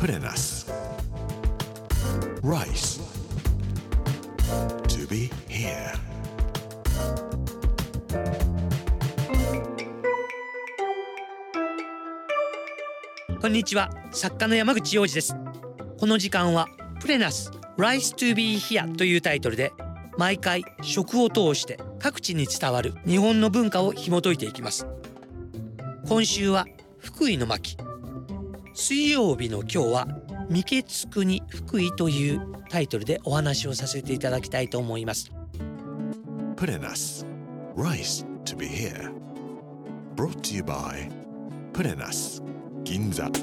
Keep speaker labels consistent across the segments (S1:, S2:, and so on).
S1: プレナス Rice to be here。
S2: こんにちは、作家の山口洋二です。この時間はプレナス Rice to be here というタイトルで、毎回食を通して各地に伝わる日本の文化を紐解いていきます。今週は福井の巻、水曜日の今日は三毛津国福井というタイトルでお話をさせていただきたいと思います。
S1: プレナス Rice to be here Brought to you by プレナス銀座。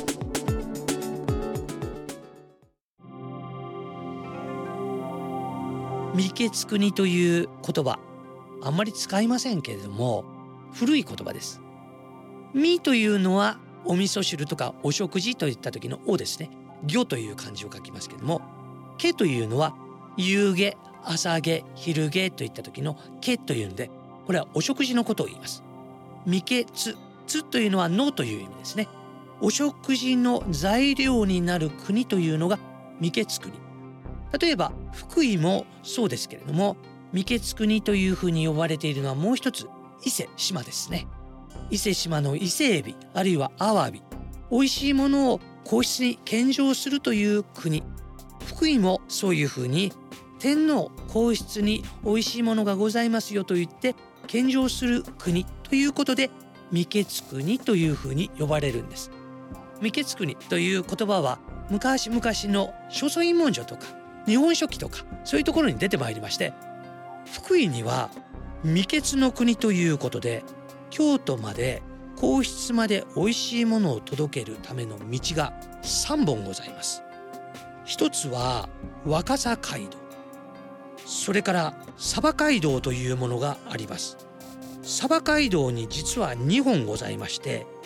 S2: 三毛津国という言葉、あんまり使いませんけれども、古い言葉です。みというのはお味噌汁とかお食事といった時のおですね。魚という漢字を書きますけれども、けというのは夕げ、朝げ、昼げといった時のけというんで、これはお食事のことを言います。三毛津、津というのはのという意味ですね。お食事の材料になる国というのが三毛津国。例えば福井もそうですけれども、三毛津国というふうに呼ばれているのはもう一つ、伊勢島ですね。伊勢島の伊勢エビ、あるいはアワビ、美味しいものを皇室に献上するという国。福井もそういうふうに天皇皇室に美味しいものがございますよと言って献上する国ということで、三毛津国というふうに呼ばれるんです。三毛津国という言葉は昔々の正倉院文書とか日本書紀とかそういうところに出てまいりまして、福井には三毛津の国ということで、京都まで皇室まで美味しいものを届けるための道が3本ございます。一つは若狭街道、それから鯖街道というものがあります。鯖街道に実は2本ございまして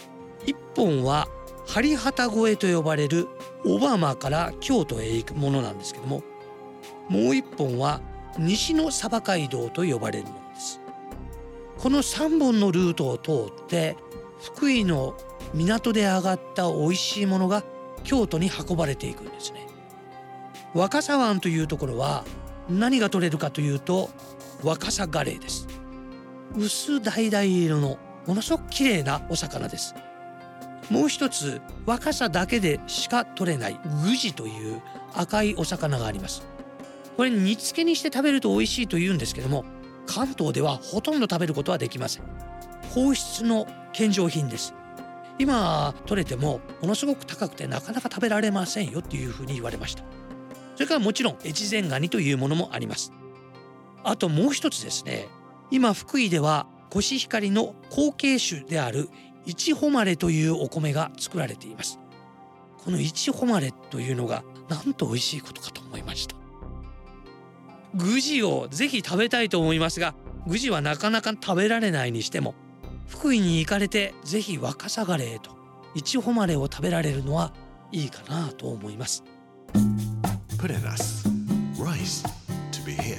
S2: 、1本は針旗越えと呼ばれる小浜から京都へ行くものなんですけども、もう1本は西の鯖街道と呼ばれるものです。この3本のルートを通って福井の港で揚がった美味しいものが京都に運ばれていくんですね。若狭湾というところは何が取れるかというと、若狭ガレイです。薄橙色のものすごく綺麗なお魚です。もう一つ、若狭だけでしか取れないグジという赤いお魚があります。これ煮付けにして食べると美味しいというんですけども、関東ではほとんど食べることはできません。皇室の献上品です。今取れてもものすごく高くてなかなか食べられませんよっていうふうに言われました。それからもちろん越前ガニというものもあります。あともう一つですね、今福井ではコシヒカリの後継種である一誉れというお米が作られています。この一誉れというのがなんと美味しいことかと思いました。グジをぜひ食べたいと思いますが、グジはなかなか食べられないにしても、福井に行かれてぜひ若狭ガレイと一誉れを食べられるのはいいかなと思います。
S1: プレナス Rice to be here。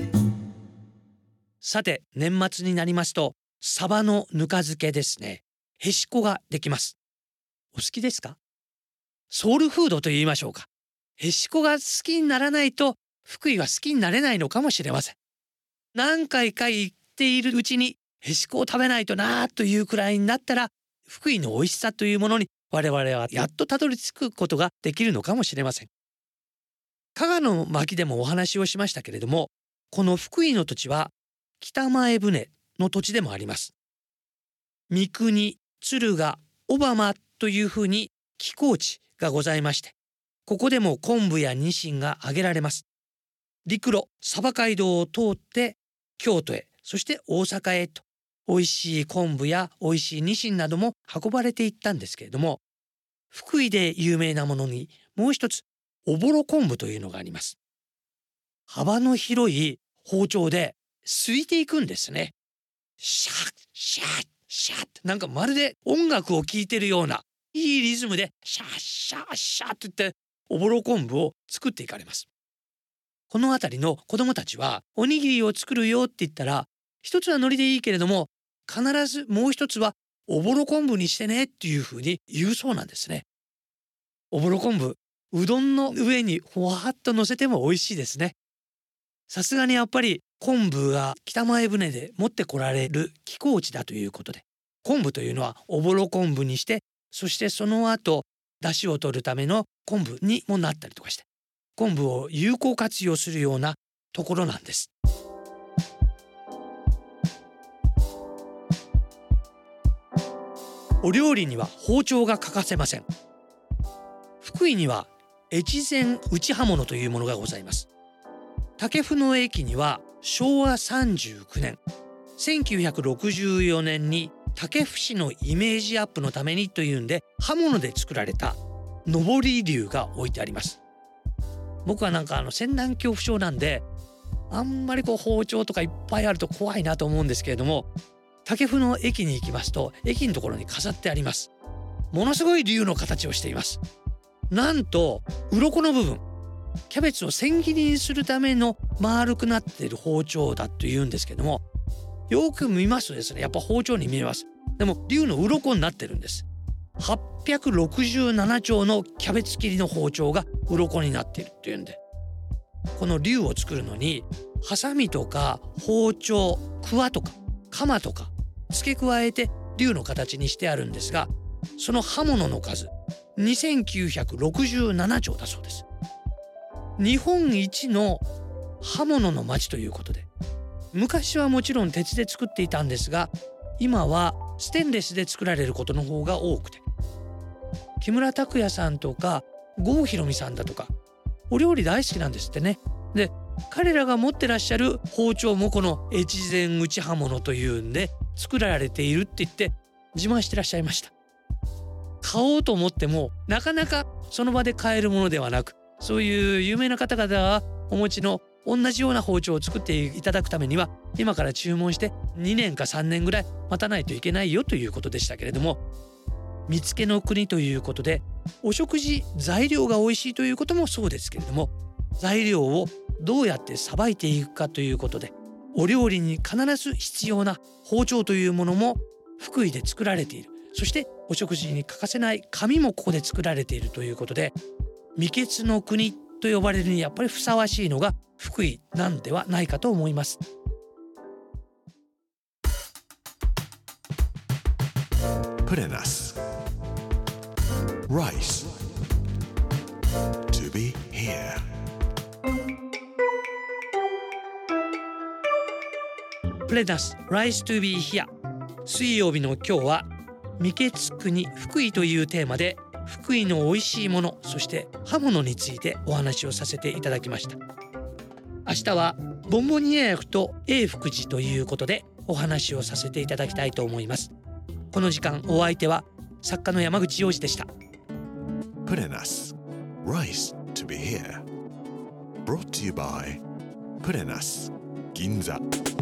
S2: さて、年末になりますとサバのぬか漬けですね、へしこができます。お好きですか？ソウルフードと言いましょうか。へしこが好きにならないと福井は好きになれないのかもしれません。何回か行っているうちにへしこを食べないとなというくらいになったら、福井の美味しさというものに我々はやっとたどり着くことができるのかもしれません。加賀の巻でもお話をしましたけれども、この福井の土地は北前船の土地でもあります。三国、敦賀、小浜というふうに寄港地がございまして、ここでも昆布やニシンが揚げられます。陸路、鯖街道を通って京都へ、そして大阪へと、美味しい昆布や美味しいニシンなども運ばれていったんですけれども、福井で有名なものにもう一つ、おぼろ昆布というのがあります。幅の広い包丁ですいていくんですね。シャッシャッシャッ、なんかまるで音楽を聴いてるようないいリズムでシャッシャッシャッと言っておぼろ昆布を作っていかれます。この辺りの子どもたちはおにぎりを作るよって言ったら、一つは海苔でいいけれども必ずもう一つはおぼろ昆布にしてねっていうふうに言うそうなんですね。 おぼろ昆布、うどんの上にほわっと乗せても美味しいですね。さすがにやっぱり昆布が北前船で持ってこられる寄港地だということで、昆布というのはおぼろ昆布にして、そしてその後出汁を取るための昆布にもなったりとかして、昆布を有効活用するようなところなんです。お料理には包丁が欠かせません。福井には越前打刃物というものがございます。武生の駅には昭和39年1964年に武生市のイメージアップのためにというんで刃物で作られた上り竜が置いてあります。僕は仙断恐怖症なんで、あんまり包丁とかいっぱいあると怖いなと思うんですけれども、武生の駅に行きますと駅のところに飾ってあります。ものすごい竜の形をしています。なんと鱗の部分、キャベツを千切りにするための丸くなっている包丁だというんですけども、よく見ますとですね、やっぱ包丁に見えます。でも竜の鱗になってるんです。867丁のキャベツ切りの包丁が鱗になっているっていうんで、この竜を作るのにハサミとか包丁、クワとか鎌とか付け加えて竜の形にしてあるんですが、その刃物の数2967丁だそうです。日本一の刃物の町ということで、昔はもちろん鉄で作っていたんですが、今はステンレスで作られることの方が多くて、木村拓哉さんとか郷ひろみさんだとかお料理大好きなんですってね。で、彼らが持ってらっしゃる包丁もこの越前打刃物というんで作られているって言って自慢してらっしゃいました。買おうと思ってもなかなかその場で買えるものではなく、そういう有名な方々がお持ちの同じような包丁を作っていただくためには今から注文して2年か3年ぐらい待たないといけないよということでしたけれども、見つけの国ということでお食事材料が美味しいということもそうですけれども、材料をどうやってさばいていくかということで、お料理に必ず必要な包丁というものも福井で作られている。そしてお食事に欠かせない紙もここで作られているということで、未決の国と呼ばれるにやっぱりふさわしいのが福井なんではないかと思います。
S1: Purenas Rice to be here.
S2: Purenas Rice to be here。 水曜日の今日は未決国福井というテーマで福井の美味しいもの、そして刃物についてお話をさせていただきました。明日はボンボニエ役と永福寺ということでお話をさせていただきたいと思います。この時間お相手は作家の山口洋二でした。
S1: Purenas Rice to be here. Brought to you by Purenas Ginza.